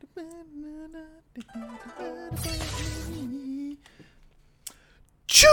Tchou!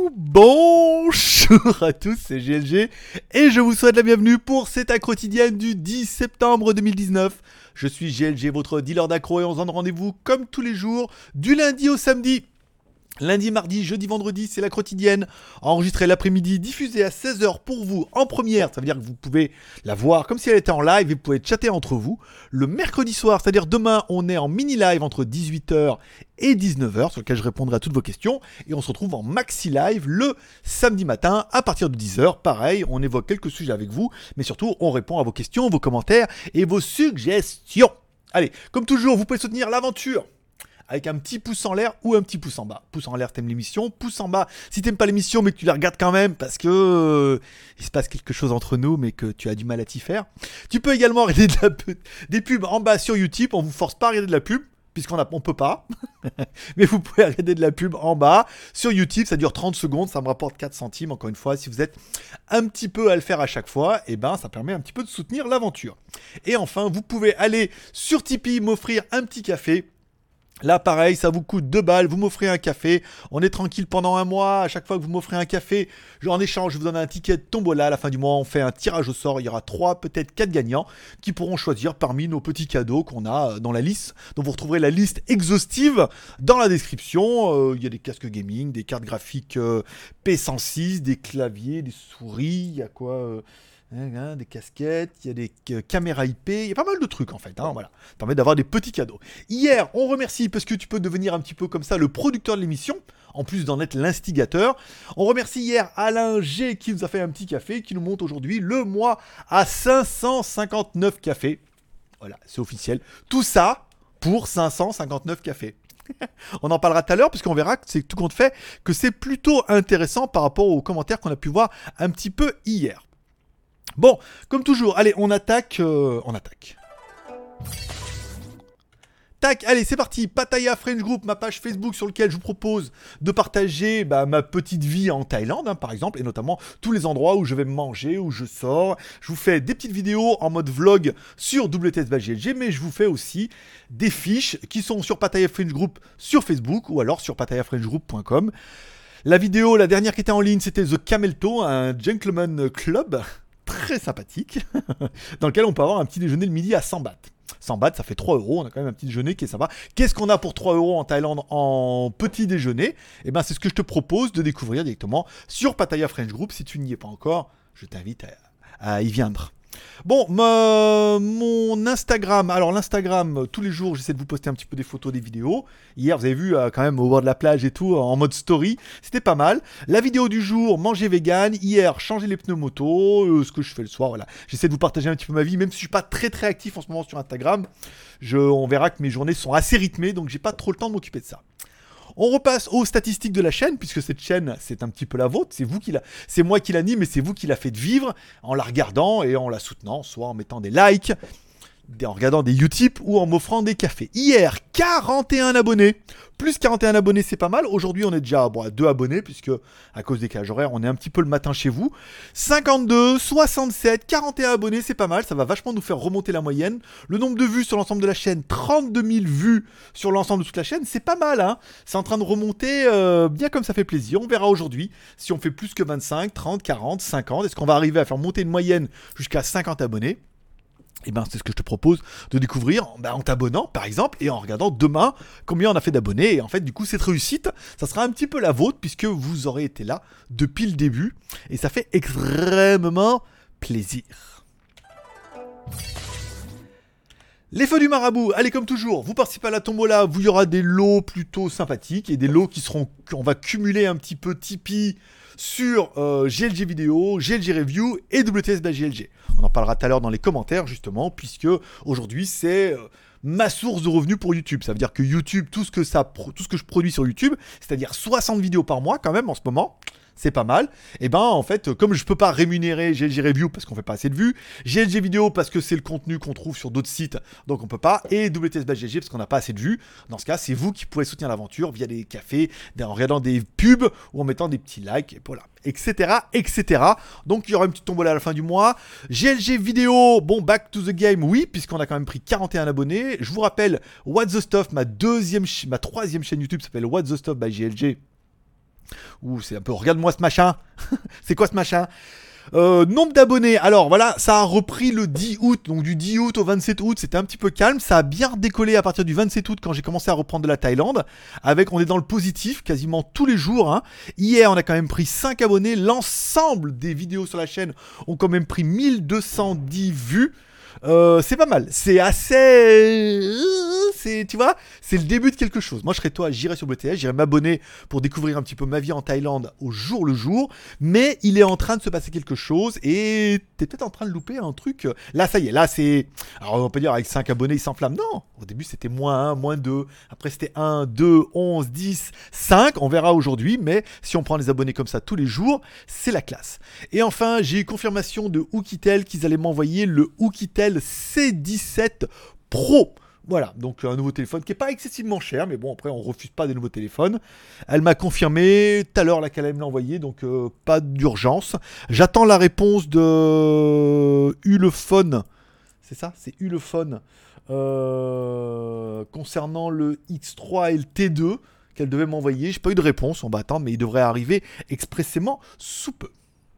Bonjour à tous, c'est GLG et je vous souhaite la bienvenue pour cette accro quotidienne du 10 septembre 2019. Je suis GLG, votre dealer d'accro, et on se donne rendez-vous comme tous les jours du lundi au samedi. Lundi, mardi, jeudi, vendredi, c'est la quotidienne, enregistrée l'après-midi, diffusée à 16h pour vous en première, ça veut dire que vous pouvez la voir comme si elle était en live et vous pouvez chatter entre vous. Le mercredi soir, c'est-à-dire demain, on est en mini-live entre 18h et 19h, sur lequel je répondrai à toutes vos questions, et on se retrouve en maxi-live le samedi matin à partir de 10h. Pareil, on évoque quelques sujets avec vous, mais surtout, on répond à vos questions, vos commentaires et vos suggestions. Allez, comme toujours, vous pouvez soutenir l'aventure avec un petit pouce en l'air ou un petit pouce en bas. Pouce en l'air, t'aimes l'émission. Pouce en bas, si t'aimes pas l'émission, mais que tu la regardes quand même, parce que il se passe quelque chose entre nous, mais que tu as du mal à t'y faire. Tu peux également regarder des pubs en bas sur YouTube. On vous force pas à regarder de la pub, on peut pas. Mais vous pouvez regarder de la pub en bas sur YouTube. Ça dure 30 secondes, ça me rapporte 4 centimes. Encore une fois, si vous êtes un petit peu à le faire à chaque fois, et ben ça permet un petit peu de soutenir l'aventure. Et enfin, vous pouvez aller sur Tipeee, m'offrir un petit café. Là, pareil, ça vous coûte 2 balles, vous m'offrez un café, on est tranquille pendant un mois, à chaque fois que vous m'offrez un café, en échange, je vous donne un ticket de tombola, à la fin du mois, on fait un tirage au sort, il y aura 3, peut-être 4 gagnants, qui pourront choisir parmi nos petits cadeaux qu'on a dans la liste, dont vous retrouverez la liste exhaustive dans la description. Il y a des casques gaming, des cartes graphiques P106, des claviers, des souris, il y a quoi des casquettes, il y a des caméras IP, il y a pas mal de trucs en fait, voilà. Ça permet d'avoir des petits cadeaux. Hier, on remercie, parce que tu peux devenir un petit peu comme ça le producteur de l'émission, en plus d'en être l'instigateur. On remercie hier Alain G qui nous a fait un petit café, qui nous monte aujourd'hui le mois à 559 cafés. Voilà, c'est officiel. Tout ça pour 559 cafés. On en parlera tout à l'heure, puisqu'on verra que c'est tout compte fait, que c'est plutôt intéressant par rapport aux commentaires qu'on a pu voir un petit peu hier. Bon, comme toujours, allez, on attaque. Tac, allez, c'est parti. Pattaya French Group, ma page Facebook sur laquelle je vous propose de partager ma petite vie en Thaïlande, par exemple, et notamment tous les endroits où je vais manger, où je sors. Je vous fais des petites vidéos en mode vlog sur WTS/GLG, mais je vous fais aussi des fiches qui sont sur Pattaya French Group sur Facebook ou alors sur pattayafrenchgroup.com. La vidéo, la dernière qui était en ligne, c'était The Camelto, un gentleman club très sympathique, dans lequel on peut avoir un petit déjeuner le midi à 100 bahts. 100 bahts, ça fait 3 euros, on a quand même un petit déjeuner qui est sympa. Qu'est-ce qu'on a pour 3 euros en Thaïlande en petit déjeuner ? Eh ben, c'est ce que je te propose de découvrir directement sur Pattaya French Group. Si tu n'y es pas encore, je t'invite à y viendre. Bon, mon Instagram, alors l'Instagram, tous les jours j'essaie de vous poster un petit peu des photos, des vidéos. Hier vous avez vu quand même au bord de la plage et tout, en mode story, c'était pas mal. La vidéo du jour, manger vegan. Hier, changer les pneus moto, ce que je fais le soir, voilà. J'essaie de vous partager un petit peu ma vie, même si je suis pas très très actif en ce moment sur Instagram. On verra que mes journées sont assez rythmées, donc j'ai pas trop le temps de m'occuper de ça. On repasse aux statistiques de la chaîne, puisque cette chaîne, c'est un petit peu la vôtre. C'est moi qui l'anime, mais c'est vous qui la faites vivre en la regardant et en la soutenant, soit en mettant des likes, en regardant des Utip ou en m'offrant des cafés. Hier, 41 abonnés. Plus 41 abonnés, c'est pas mal. Aujourd'hui, on est déjà à 2 abonnés, puisque à cause des décalage horaire, on est un petit peu le matin chez vous. 52, 67, 41 abonnés, c'est pas mal. Ça va vachement nous faire remonter la moyenne. Le nombre de vues sur l'ensemble de la chaîne, 32 000 vues sur l'ensemble de toute la chaîne, c'est pas mal. C'est en train de remonter bien comme ça fait plaisir. On verra aujourd'hui si on fait plus que 25, 30, 40, 50. Est-ce qu'on va arriver à faire monter une moyenne jusqu'à 50 abonnés ? Et ben c'est ce que je te propose de découvrir en t'abonnant par exemple et en regardant demain combien on a fait d'abonnés. Et en fait du coup cette réussite, ça sera un petit peu la vôtre puisque vous aurez été là depuis le début et ça fait extrêmement plaisir. Les feux du marabout, allez comme toujours, vous participez à la tombola, il y aura des lots plutôt sympathiques et des lots qu'on va cumuler un petit peu Tipeee sur GLG Vidéo, GLG Review et WTS/GLG. On en parlera tout à l'heure dans les commentaires justement, puisque aujourd'hui c'est ma source de revenus pour YouTube. Ça veut dire que YouTube, tout ce que je produis sur YouTube, c'est-à-dire 60 vidéos par mois quand même en ce moment, c'est pas mal. Et ben en fait, comme je peux pas rémunérer GLG Review parce qu'on fait pas assez de vues, GLG Vidéo parce que c'est le contenu qu'on trouve sur d'autres sites, donc on peut pas, et WTS by GLG parce qu'on n'a pas assez de vues. Dans ce cas, c'est vous qui pouvez soutenir l'aventure via des cafés, en regardant des pubs ou en mettant des petits likes, et voilà, etc., etc. Donc il y aura une petite tombola à la fin du mois. GLG Vidéo, bon, back to the game, oui, puisqu'on a quand même pris 41 abonnés. Je vous rappelle, What the Stuff, ma troisième chaîne YouTube s'appelle What the Stuff by GLG. Ouh, c'est un peu, regarde-moi ce machin. C'est quoi ce machin? Nombre d'abonnés, alors voilà, ça a repris le 10 août, donc du 10 août au 27 août, c'était un petit peu calme, ça a bien décollé à partir du 27 août quand j'ai commencé à reprendre de la Thaïlande, on est dans le positif quasiment tous les jours, hein. Hier on a quand même pris 5 abonnés, l'ensemble des vidéos sur la chaîne ont quand même pris 1210 vues. C'est pas mal, c'est assez... tu vois, c'est le début de quelque chose. Moi je serais toi, j'irai sur BTS, j'irai m'abonner pour découvrir un petit peu ma vie en Thaïlande au jour le jour, mais il est en train de se passer quelque chose et t'es peut-être en train de louper un truc. Là ça y est, là c'est... Alors on peut dire avec 5 abonnés il s'enflamme, non, au début c'était moins 1, moins 2, après c'était 1, 2, 11, 10, 5, on verra aujourd'hui, mais si on prend les abonnés comme ça tous les jours, c'est la classe. Et enfin j'ai eu confirmation de Oukitel qu'ils allaient m'envoyer le Oukitel C17 Pro. Voilà, donc un nouveau téléphone qui n'est pas excessivement cher, mais bon, après, on refuse pas des nouveaux téléphones. Elle m'a confirmé tout à l'heure là qu'elle allait me l'envoyer, donc pas d'urgence. J'attends la réponse de Ulefone. C'est ça, c'est Ulefone. Concernant le X3 et le T2 qu'elle devait m'envoyer. J'ai pas eu de réponse, on va attendre, mais il devrait arriver expressément sous peu.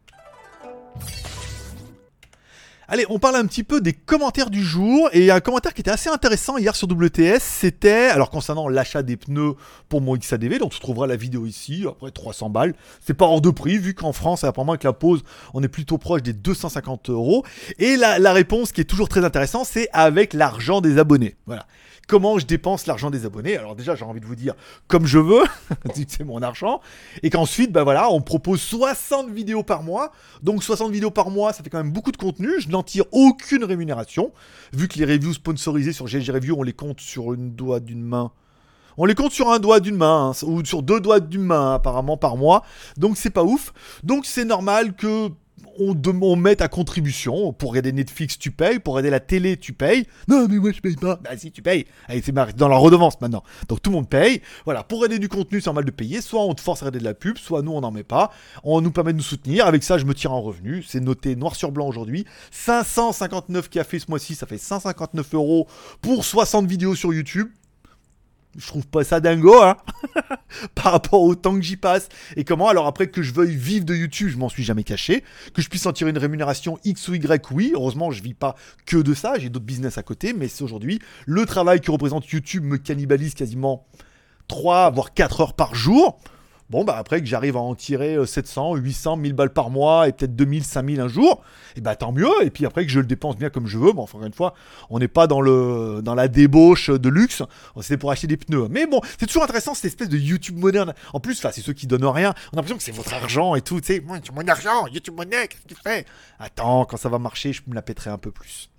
Allez, on parle un petit peu des commentaires du jour, et il y a un commentaire qui était assez intéressant hier sur WTS, c'était, alors concernant l'achat des pneus pour mon XADV, donc tu trouveras la vidéo ici, après 300 balles, c'est pas hors de prix, vu qu'en France, apparemment avec la pause, on est plutôt proche des 250 €, et la réponse qui est toujours très intéressante, c'est avec l'argent des abonnés, voilà. Comment je dépense l'argent des abonnés? Alors déjà, j'ai envie de vous dire comme je veux, c'est mon argent, et qu'ensuite, bah voilà, on propose 60 vidéos par mois, donc 60 vidéos par mois, ça fait quand même beaucoup de contenu, je n'en tire aucune rémunération, vu que les reviews sponsorisées sur GLG Review, on les compte sur une doigt d'une main. On les compte sur un doigt d'une main, hein, ou sur 2 doigts d'une main, apparemment, par mois, donc c'est pas ouf, donc c'est normal que... On met à contribution. Pour regarder Netflix, tu payes. Pour regarder la télé, tu payes. Non, mais moi, je paye pas. Bah, si, tu payes. Allez, c'est dans la redevance maintenant. Donc, tout le monde paye. Voilà. Pour regarder du contenu, c'est normal de payer. Soit on te force à regarder de la pub, soit nous, on n'en met pas. On nous permet de nous soutenir. Avec ça, je me tire en revenu. C'est noté noir sur blanc aujourd'hui. 559 cafés ce mois-ci. Ça fait 159 € pour 60 vidéos sur YouTube. Je trouve pas ça dingo, hein, par rapport au temps que j'y passe. Et comment, alors après que je veuille vivre de YouTube, je m'en suis jamais caché. Que je puisse en tirer une rémunération X ou Y, oui. Heureusement, je vis pas que de ça. J'ai d'autres business à côté. Mais c'est aujourd'hui, le travail que représente YouTube me cannibalise quasiment 3 voire 4 heures par jour. Bon, bah après que j'arrive à en tirer 700, 800, 1000 balles par mois et peut-être 2000, 5000 un jour, et bah tant mieux. Et puis après que je le dépense bien comme je veux, bon, enfin, encore une fois, on n'est pas dans la débauche de luxe, c'est pour acheter des pneus. Mais bon, c'est toujours intéressant cette espèce de YouTube moderne. En plus, c'est ceux qui donnent rien. On a l'impression que c'est votre argent et tout, tu sais. Moi, c'est mon argent, YouTube Money, qu'est-ce que tu fais? Attends, quand ça va marcher, je me la pèterai un peu plus.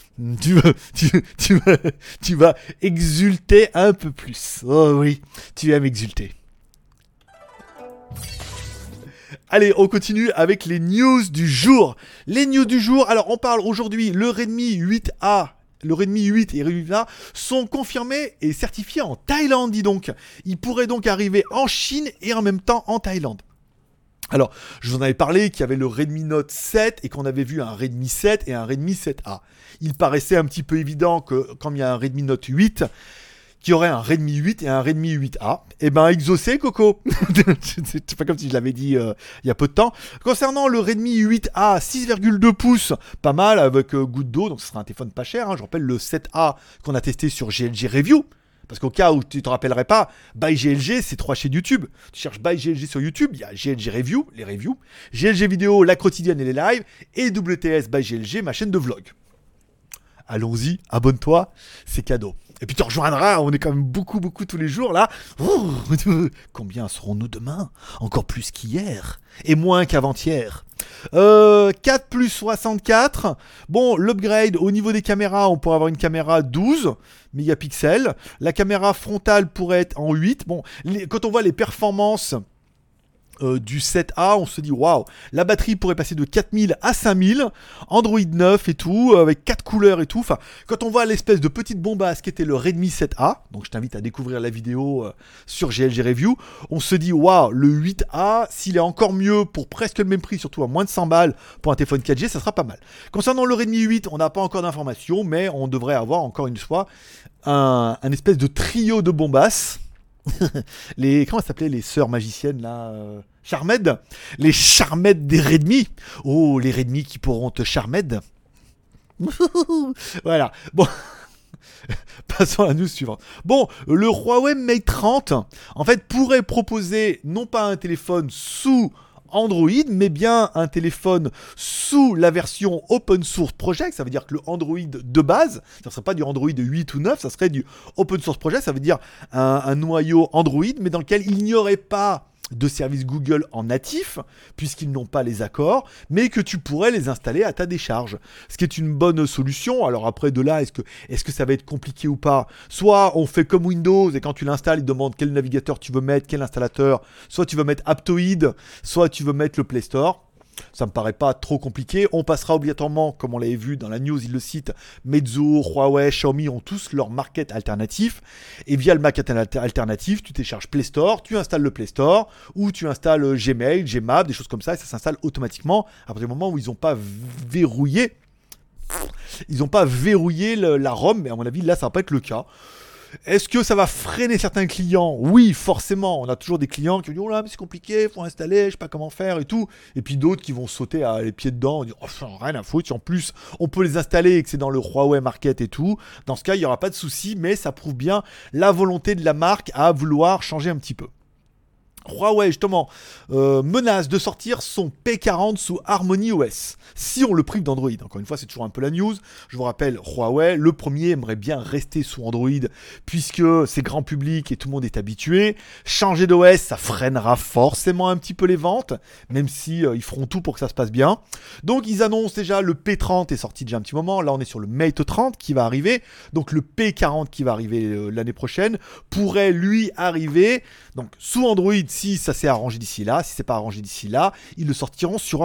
Tu vas exulter un peu plus. Oh oui, tu aimes exulter. Allez, on continue avec les news du jour. Les news du jour, alors on parle aujourd'hui, le Redmi 8A, le Redmi 8 et Redmi 8A sont confirmés et certifiés en Thaïlande, dis donc. Ils pourraient donc arriver en Chine et en même temps en Thaïlande. Alors, je vous en avais parlé qu'il y avait le Redmi Note 7 et qu'on avait vu un Redmi 7 et un Redmi 7A. Il paraissait un petit peu évident que, comme il y a un Redmi Note 8... qui aurait un Redmi 8 et un Redmi 8A. Eh ben, exaucé, Coco. C'est pas comme si je l'avais dit il y a peu de temps. Concernant le Redmi 8A 6,2 pouces, pas mal avec goutte d'eau, donc ce sera un téléphone pas cher. Hein. Je rappelle le 7A qu'on a testé sur GLG Review. Parce qu'au cas où tu te rappellerais pas, By GLG, c'est 3 chaînes YouTube. Tu cherches By GLG sur YouTube, il y a GLG Review, les reviews, GLG Vidéo, la quotidienne et les lives, et WTS By GLG, ma chaîne de vlog. Allons-y, abonne-toi, c'est cadeau. Et puis tu rejoindras, on est quand même beaucoup tous les jours là. Oh, combien serons-nous demain? Encore plus qu'hier. Et moins qu'avant-hier. 4 plus 64. Bon, l'upgrade au niveau des caméras, on pourrait avoir une caméra 12 mégapixels. La caméra frontale pourrait être en 8. Bon, quand on voit les performances du 7A, on se dit waouh, la batterie pourrait passer de 4000 à 5000, Android 9 et tout, avec 4 couleurs et tout. Enfin, quand on voit l'espèce de petite bombasse qui était le Redmi 7A, donc je t'invite à découvrir la vidéo sur GLG Review, on se dit waouh, le 8A, s'il est encore mieux pour presque le même prix, surtout à moins de 100 balles pour un téléphone 4G, ça sera pas mal. Concernant le Redmi 8, on n'a pas encore d'informations, mais on devrait avoir encore une fois un espèce de trio de bombasses. Comment s'appelaient les sœurs magiciennes là, Charmed, les Charmed des Redmi. Oh, les Redmi qui pourront te Charmed. Voilà. Bon, passons à la news suivante. Bon, le Huawei Mate 30 en fait pourrait proposer non pas un téléphone sous Android, mais bien un téléphone sous la version Open Source Project. Ça veut dire que le Android de base, ça ne serait pas du Android 8 ou 9, ça serait du Open Source Project. Ça veut dire un noyau Android, mais dans lequel il n'y aurait pas de services Google en natif, puisqu'ils n'ont pas les accords, mais que tu pourrais les installer à ta décharge. Ce qui est une bonne solution. Alors après, de là, est-ce que ça va être compliqué ou pas? Soit on fait comme Windows, et quand tu l'installes, il te demande quel navigateur tu veux mettre, quel installateur. Soit tu veux mettre Aptoide, soit tu veux mettre le Play Store. Ça me paraît pas trop compliqué. On passera obligatoirement, comme on l'avait vu dans la news, il le cite, Meizu, Huawei, Xiaomi ont tous leur market alternatif. Et via le market alternatif, tu télécharges Play Store, tu installes le Play Store, ou tu installes Gmail, Gmap, des choses comme ça, et ça s'installe automatiquement à partir du moment où ils n'ont pas verrouillé. Ils n'ont pas verrouillé la ROM, mais à mon avis, là, ça va pas être le cas. Est-ce que ça va freiner certains clients? Oui, forcément. On a toujours des clients qui vont dire oh là, mais c'est compliqué, faut installer, je sais pas comment faire et tout. Et puis d'autres qui vont sauter les pieds dedans, dire oh, rien à foutre. Si en plus on peut les installer et que c'est dans le Huawei Market et tout, dans ce cas, il n'y aura pas de souci, mais ça prouve bien la volonté de la marque à vouloir changer un petit peu. Huawei justement menace de sortir son P40 sous Harmony OS si on le prive d'Android. Encore une fois, c'est toujours un peu la news. Je vous rappelle, Huawei, le premier, aimerait bien rester sous Android puisque c'est grand public et tout le monde est habitué. Changer d'OS, ça freinera forcément un petit peu les ventes, même si ils feront tout pour que ça se passe bien. Donc ils annoncent déjà le P30 est sorti déjà un petit moment. Là, on est sur le Mate 30 qui va arriver. Donc le P40 qui va arriver l'année prochaine pourrait lui arriver donc sous Android. Si ça s'est arrangé d'ici là, si c'est pas arrangé d'ici là, ils le sortiront sur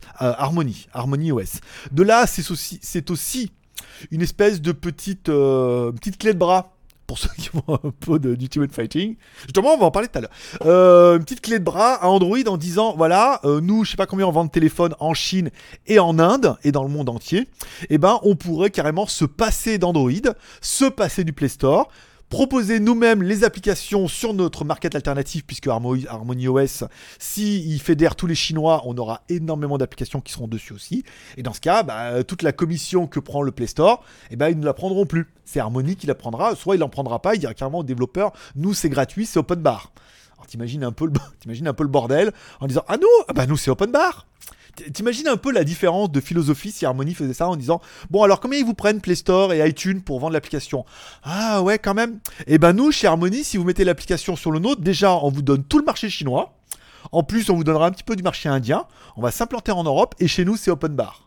Harmony OS. De là, c'est aussi une espèce de petite clé de bras pour ceux qui font un peu d'Ultimate Fighting. Justement, on va en parler tout à l'heure. Une petite clé de bras à Android en disant voilà, nous, je sais pas combien on vend de téléphones en Chine et en Inde et dans le monde entier. Et ben, on pourrait carrément se passer d'Android, se passer du Play Store. Proposer nous-mêmes les applications sur notre market alternatif, puisque Harmony OS, s'il fédère tous les Chinois, on aura énormément d'applications qui seront dessus aussi. Et dans ce cas, toute la commission que prend le Play Store, ils ne la prendront plus. C'est Harmony qui la prendra, soit il n'en prendra pas, il dira carrément aux développeurs, nous c'est gratuit, c'est open bar. Alors t'imagines un peu le bordel en disant nous c'est open bar. T'imagines un peu la différence de philosophie si Harmony faisait ça en disant bon alors combien ils vous prennent Play Store et iTunes pour vendre l'application? Ah ouais quand même. Et nous chez Harmony, si vous mettez l'application sur le nôtre, déjà on vous donne tout le marché chinois. En plus on vous donnera un petit peu du marché indien. On va s'implanter en Europe et chez nous c'est open bar.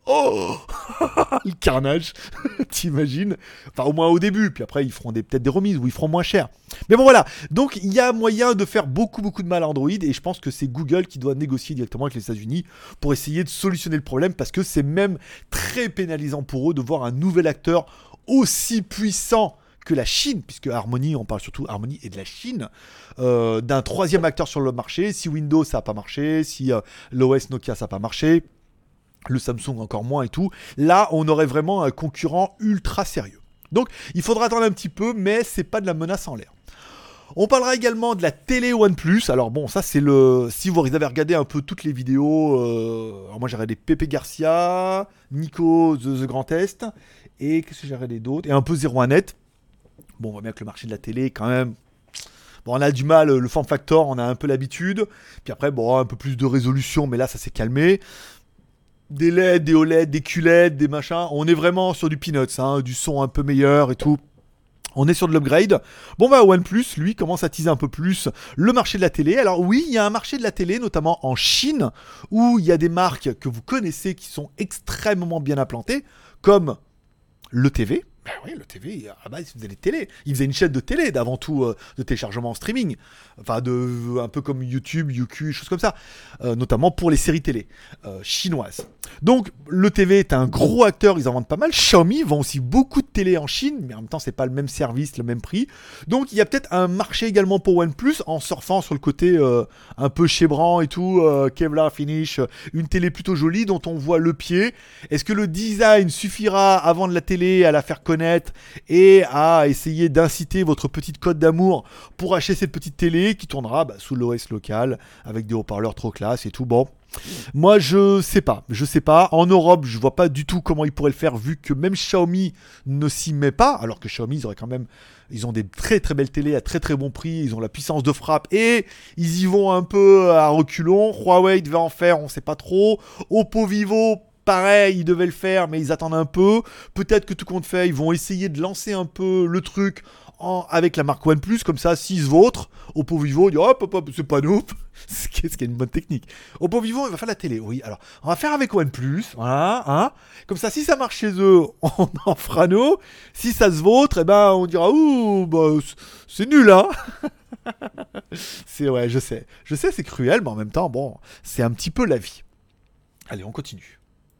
Oh le carnage. T'imagines? Enfin au moins au début, puis après ils feront peut-être des remises ou ils feront moins cher. Mais bon voilà, donc il y a moyen de faire beaucoup de mal à Android et je pense que c'est Google qui doit négocier directement avec les États-Unis pour essayer de solutionner le problème parce que c'est même très pénalisant pour eux de voir un nouvel acteur aussi puissant que la Chine, puisque Harmony, on parle surtout Harmony et de la Chine, d'un troisième acteur sur le marché. Si Windows ça n'a pas marché, si l'OS Nokia ça n'a pas marché, le Samsung encore moins et tout, là on aurait vraiment un concurrent ultra sérieux. Donc il faudra attendre un petit peu, mais c'est pas de la menace en l'air. On parlera également de la télé OnePlus. Alors bon, ça c'est si vous avez regardé un peu toutes les vidéos, alors moi j'ai regardé Pepe Garcia, Nico The Grand Est, et qu'est-ce que j'ai regardé d'autre? Et un peu 01net. Bon, on voit bien que le marché de la télé quand même... Bon, on a du mal, le form factor, on a un peu l'habitude. Puis après, bon, un peu plus de résolution, mais là ça s'est calmé. Des LED, des OLED, des QLED, des machins. On est vraiment sur du peanuts, du son un peu meilleur et tout. On est sur de l'upgrade. Bon OnePlus, lui, commence à teaser un peu plus le marché de la télé. Alors oui, il y a un marché de la télé, notamment en Chine, où il y a des marques que vous connaissez qui sont extrêmement bien implantées, comme le TV. Ben oui, le TV, à la base, il faisait les télés. Il faisait une chaîne de télé, d'avant tout, de téléchargement en streaming. Enfin, un peu comme YouTube, Youku, choses comme ça. Notamment pour les séries télé chinoises. Donc, le TV est un gros acteur, ils en vendent pas mal. Xiaomi vend aussi beaucoup de télé en Chine, mais en même temps, c'est pas le même service, le même prix. Donc, il y a peut-être un marché également pour OnePlus, en surfant sur le côté un peu chébrant et tout, Kevlar finish, une télé plutôt jolie dont on voit le pied. Est-ce que le design suffira à vendre la télé, à la faire connaître et à essayer d'inciter votre petite cote d'amour pour acheter cette petite télé qui tournera sous l'OS local avec des haut-parleurs trop classe et tout. Bon, moi je sais pas. En Europe, je vois pas du tout comment ils pourraient le faire vu que même Xiaomi ne s'y met pas, alors que Xiaomi ils ont des très très belles télés à très très bon prix, ils ont la puissance de frappe et ils y vont un peu à reculons. Huawei devait en faire, on sait pas trop. Oppo, Vivo, pareil, ils devaient le faire, mais ils attendent un peu. Peut-être que tout compte fait, ils vont essayer de lancer un peu le truc avec la marque OnePlus, comme ça, s'ils se vautrent, Oppo Vivo, ils disent hop, c'est pas nous. Ce qui est une bonne technique. Oppo Vivo, il va faire la télé, oui. Alors, on va faire avec OnePlus, voilà, hein. Comme ça, si ça marche chez eux, on en fera nous. Si ça se vautre, on dira, ouh, c'est nul, hein. Je sais, c'est cruel, mais en même temps, bon, c'est un petit peu la vie. Allez, on continue.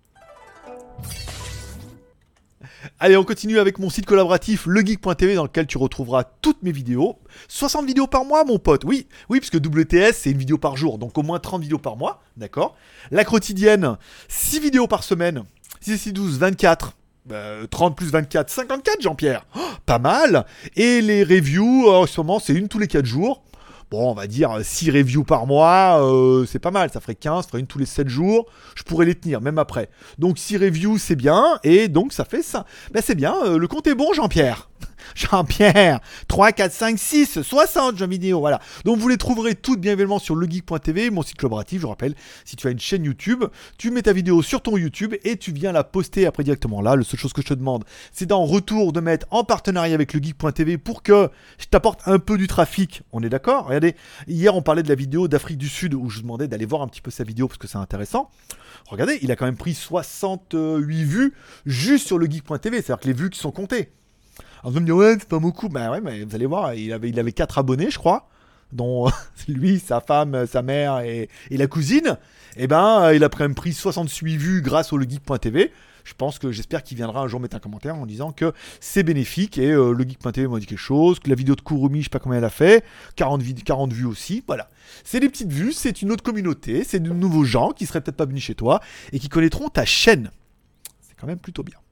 Allez, on continue avec mon site collaboratif legeek.tv dans lequel tu retrouveras toutes mes vidéos. 60 vidéos par mois, mon pote. Oui, puisque WTS, c'est une vidéo par jour, donc au moins 30 vidéos par mois, d'accord. La quotidienne, 6 vidéos par semaine. 6, 12, 24. 30 plus 24, 54, Jean-Pierre. Oh, pas mal. Et les reviews, en ce moment, c'est une tous les 4 jours. Bon, on va dire 6 reviews par mois, c'est pas mal, ça ferait 15, ça ferait une tous les 7 jours, je pourrais les tenir, même après. Donc 6 reviews, c'est bien, et donc ça fait ça. C'est bien, le compte est bon, Jean-Pierre. Jean-Pierre, 3, 4, 5, 6, 60 jeux vidéo, voilà. Donc vous les trouverez toutes bien évidemment sur legeek.tv, mon site collaboratif, je vous rappelle, si tu as une chaîne YouTube, tu mets ta vidéo sur ton YouTube et tu viens la poster après directement là. La seule chose que je te demande, c'est d'en retour de mettre en partenariat avec legeek.tv pour que je t'apporte un peu du trafic, on est d'accord? Regardez, hier on parlait de la vidéo d'Afrique du Sud où je vous demandais d'aller voir un petit peu sa vidéo parce que c'est intéressant. Regardez, il a quand même pris 68 vues juste sur legeek.tv, c'est-à-dire que les vues qui sont comptées. Alors vous me dites, ouais, c'est pas beaucoup. Ouais, mais vous allez voir, il avait 4 abonnés, je crois, dont lui, sa femme, sa mère et la cousine. Il a quand même pris 68 vues grâce au legeek.tv. J'espère qu'il viendra un jour mettre un commentaire en disant que c'est bénéfique et legeek.tv m'a dit quelque chose, que la vidéo de Kurumi, je sais pas combien elle a fait, 40 vues aussi, voilà. C'est des petites vues, c'est une autre communauté, c'est de nouveaux gens qui seraient peut-être pas venus chez toi et qui connaîtront ta chaîne. C'est quand même plutôt bien.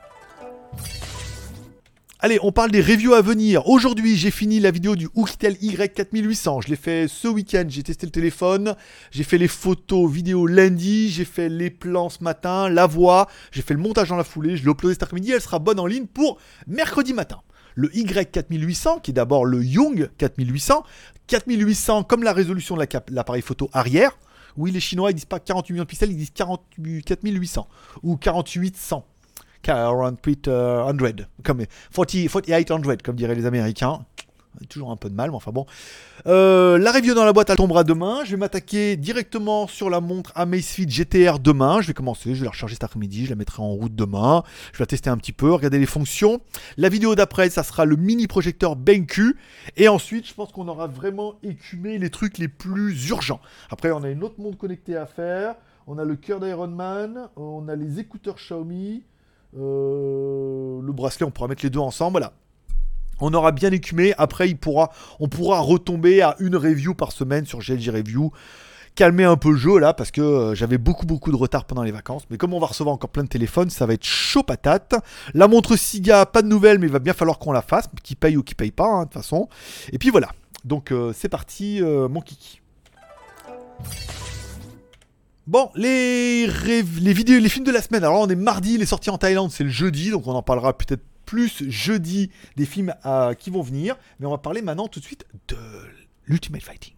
Allez, on parle des reviews à venir. Aujourd'hui, j'ai fini la vidéo du Oukitel Y4800. Je l'ai fait ce week-end, j'ai testé le téléphone. J'ai fait les photos vidéo lundi. J'ai fait les plans ce matin, la voix. J'ai fait le montage dans la foulée. Je l'ai uploadé cet après-midi. Elle sera bonne en ligne pour mercredi matin. Le Y4800, qui est d'abord le Young 4800. 4800 comme la résolution de l'appareil photo arrière. Oui, les Chinois, ils disent pas 48 millions de pixels, ils disent 4800 ou 4800. 4800, comme 4800, comme diraient les Américains. Toujours un peu de mal, mais enfin bon. La review dans la boîte, elle tombera demain. Je vais m'attaquer directement sur la montre Amazfit GTR demain. Je vais commencer, je vais la recharger cet après-midi, je la mettrai en route demain. Je vais la tester un petit peu, regarder les fonctions. La vidéo d'après, ça sera le mini projecteur BenQ. Et ensuite, je pense qu'on aura vraiment écumé les trucs les plus urgents. Après, on a une autre montre connectée à faire. On a le cœur d'Ironman. On a les écouteurs Xiaomi. Le bracelet, on pourra mettre les deux ensemble, voilà. On aura bien écumé. Après, on pourra retomber à une review par semaine sur GLG Review. Calmer un peu le jeu là, parce que j'avais beaucoup de retard pendant les vacances. Mais comme on va recevoir encore plein de téléphones, ça va être chaud patate. La montre Siga, pas de nouvelles, mais il va bien falloir qu'on la fasse, qui paye ou qui paye pas, de toute façon. Et puis voilà. Donc c'est parti, mon kiki. Bon, les vidéos, les films de la semaine. Alors on est mardi, il est sorti en Thaïlande, c'est le jeudi, donc on en parlera peut-être plus jeudi des films qui vont venir. Mais on va parler maintenant tout de suite de l'Ultimate Fighting.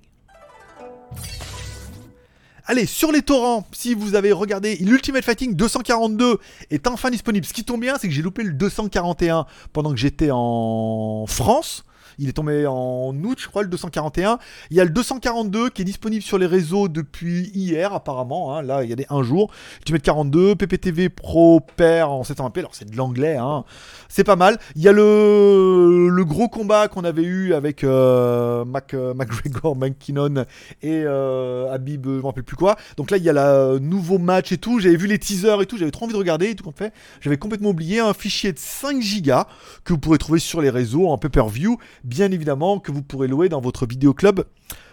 Allez, sur les torrents, si vous avez regardé, l'Ultimate Fighting 242 est enfin disponible. Ce qui tombe bien, c'est que j'ai loupé le 241 pendant que j'étais en France. Il est tombé en août, je crois, le 241. Il y a le 242 qui est disponible sur les réseaux depuis hier, apparemment. Hein. Là, il y a des 1 jour. Tu mets 42, PPTV Pro Pair en 720p. Alors, c'est de l'anglais. Hein. C'est pas mal. Il y a le gros combat qu'on avait eu avec McGregor, McKinnon et Habib, je ne me rappelle plus quoi. Donc là, il y a le nouveau match et tout. J'avais vu les teasers et tout. J'avais trop envie de regarder et tout qu'on fait. J'avais complètement oublié un fichier de 5 gigas que vous pourrez trouver sur les réseaux en pay-per-view, bien évidemment, que vous pourrez louer dans votre vidéoclub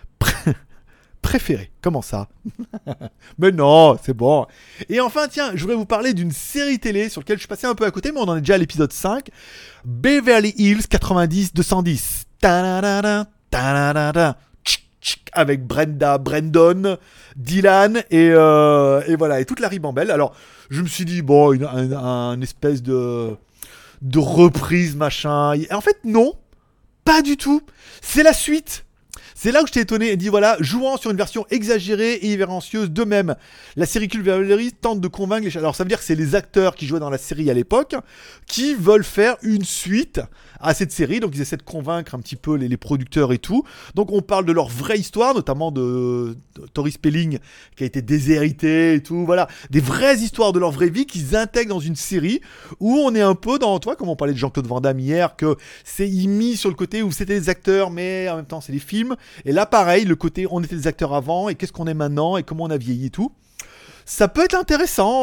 préféré. Comment ça? Mais non, c'est bon. Et enfin, tiens, je voudrais vous parler d'une série télé sur laquelle je suis passé un peu à côté, mais on en est déjà à l'épisode 5. Beverly Hills 90-210. Ta-da-da-da, ta-da-da-da. Avec Brenda, Brandon, Dylan et voilà, et toute la ribambelle. Alors, je me suis dit, bon, une espèce de reprise, machin. Et en fait, non, pas du tout. C'est la suite. C'est là où je t'ai étonné et dit voilà, jouant sur une version exagérée et irrévérencieuse d'eux-mêmes. La série culte Beverly tente de convaincre les... Alors ça veut dire que c'est les acteurs qui jouaient dans la série à l'époque qui veulent faire une suite à cette série. Donc ils essaient de convaincre un petit peu les producteurs et tout. Donc on parle de leur vraie histoire, notamment de Tori Spelling qui a été déshérité et tout. Voilà, des vraies histoires de leur vraie vie qu'ils intègrent dans une série où on est un peu dans, toi, comme on parlait de Jean-Claude Van Damme hier, que c'est mis sur le côté où c'était des acteurs mais en même temps c'est des films. Et là, pareil, le côté on était des acteurs avant et qu'est-ce qu'on est maintenant et comment on a vieilli et tout. Ça peut être intéressant,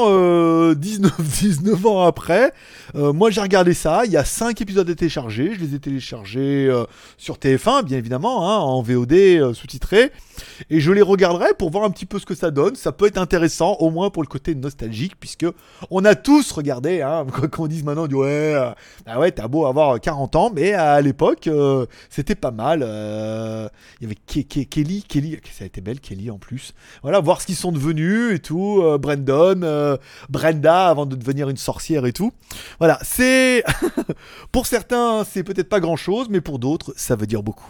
19 ans après. Moi, j'ai regardé ça. Il y a 5 épisodes à télécharger. Je les ai téléchargés sur TF1, bien évidemment, hein, en VOD sous-titré. Et je les regarderai pour voir un petit peu ce que ça donne. Ça peut être intéressant, au moins pour le côté nostalgique, puisque on a tous regardé. Hein, quoi qu'on dise maintenant, on dit ouais, bah ouais, t'as beau avoir 40 ans, mais à l'époque, c'était pas mal. Il y avait Kelly, ça a été belle, Kelly en plus. Voilà, voir ce qu'ils sont devenus et tout. Brandon, Brenda avant de devenir une sorcière et tout. Voilà, c'est... pour certains, c'est peut-être pas grand-chose, mais pour d'autres, ça veut dire beaucoup.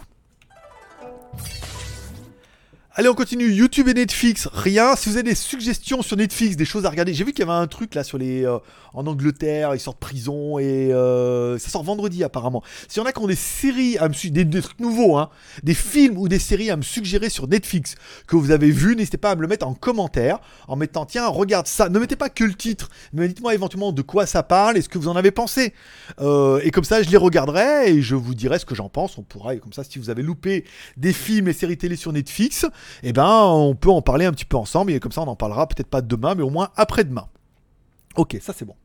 Allez, on continue. YouTube et Netflix, rien. Si vous avez des suggestions sur Netflix, des choses à regarder, j'ai vu qu'il y avait un truc là sur les en Angleterre, ils sortent de prison et ça sort vendredi apparemment. S'il y en a qui ont des séries à me suggérer, des trucs nouveaux, hein, des films ou des séries à me suggérer sur Netflix que vous avez vu, n'hésitez pas à me le mettre en commentaire, en mettant tiens regarde ça. Ne mettez pas que le titre, mais dites-moi éventuellement de quoi ça parle et ce que vous en avez pensé. Et comme ça, je les regarderai et je vous dirai ce que j'en pense. On pourra, et comme ça, si vous avez loupé des films et séries télé sur Netflix, eh ben, on peut en parler un petit peu ensemble et comme ça on en parlera peut-être pas demain mais au moins après-demain. Ok, ça c'est bon.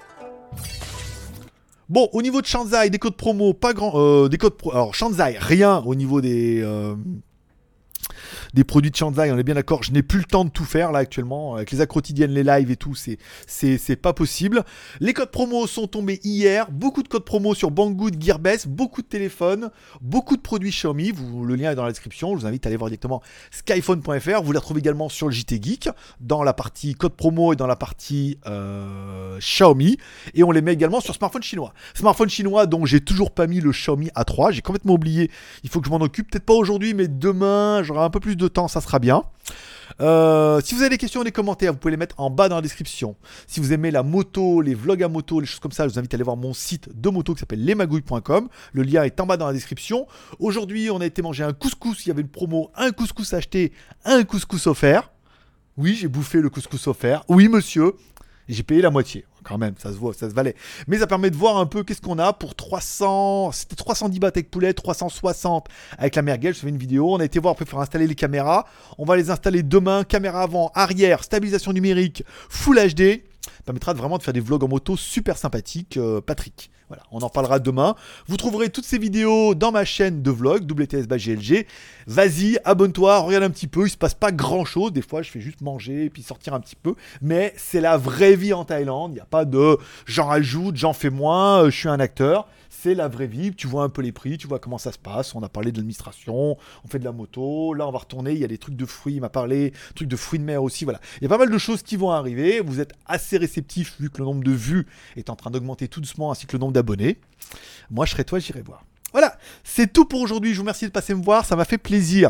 Bon, au niveau de Shanzai, des codes promo, pas grand... alors Shanzai, rien au niveau des produits de Shanzai, on est bien d'accord, je n'ai plus le temps de tout faire là actuellement, avec les quotidiennes, les lives et tout, c'est pas possible. Les codes promo sont tombés hier, beaucoup de codes promo sur Banggood, Gearbest, beaucoup de téléphones, beaucoup de produits Xiaomi, le lien est dans la description, je vous invite à aller voir directement skyphone.fr, vous les retrouvez également sur le JT Geek, dans la partie code promo et dans la partie Xiaomi, et on les met également sur smartphone chinois. Smartphone chinois dont j'ai toujours pas mis le Xiaomi A3, j'ai complètement oublié, il faut que je m'en occupe, peut-être pas aujourd'hui, mais demain, j'aurai un peu plus de temps, ça sera bien. Si vous avez des questions ou des commentaires, vous pouvez les mettre en bas dans la description. Si vous aimez la moto, les vlogs à moto, les choses comme ça, je vous invite à aller voir mon site de moto qui s'appelle lesmagouilles.com. Le lien est en bas dans la description. Aujourd'hui, on a été manger un couscous. Il y avait une promo, un couscous acheté, un couscous offert. Oui, j'ai bouffé le couscous offert. Oui, monsieur. Et j'ai payé la moitié. Quand même, ça se voit, ça se valait. Mais ça permet de voir un peu qu'est-ce qu'on a pour 300... C'était 310 bahts avec poulet, 360 avec la merguez. Je fais une vidéo. On a été voir pour faire installer les caméras. On va les installer demain. Caméra avant, arrière, stabilisation numérique, Full HD. Ça permettra vraiment de faire des vlogs en moto super sympathiques. Patrick. Voilà, on en parlera demain. Vous trouverez toutes ces vidéos dans ma chaîne de vlog, WTS by GLG. Vas-y, abonne-toi, regarde un petit peu. Il se passe pas grand-chose. Des fois, je fais juste manger et puis sortir un petit peu. Mais c'est la vraie vie en Thaïlande. Il n'y a pas de j'en rajoute, j'en fais moins, je suis un acteur. C'est la vraie vie. Tu vois un peu les prix, tu vois comment ça se passe. On a parlé de l'administration, on fait de la moto. Là, on va retourner. Il y a des trucs de fruits. Il m'a parlé, trucs de fruits de mer aussi. Voilà. Il y a pas mal de choses qui vont arriver. Vous êtes assez réceptifs vu que le nombre de vues est en train d'augmenter tout doucement ainsi que le nombre d'abonnés. Moi, je serai toi, j'irai voir. Voilà, c'est tout pour aujourd'hui. Je vous remercie de passer me voir. Ça m'a fait plaisir.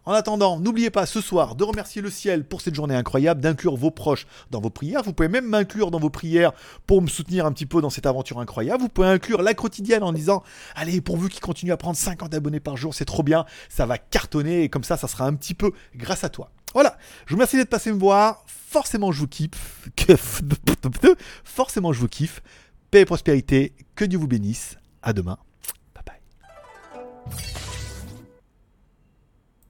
En attendant, n'oubliez pas ce soir de remercier le ciel pour cette journée incroyable, d'inclure vos proches dans vos prières. Vous pouvez même m'inclure dans vos prières pour me soutenir un petit peu dans cette aventure incroyable. Vous pouvez inclure la quotidienne en disant « Allez, pourvu qu'il continue à prendre 50 abonnés par jour, c'est trop bien, ça va cartonner et comme ça sera un petit peu grâce à toi. » Voilà, je vous remercie d'être passé me voir. Forcément, je vous kiffe. Forcément, je vous kiffe. Paix et prospérité. Que Dieu vous bénisse. À demain.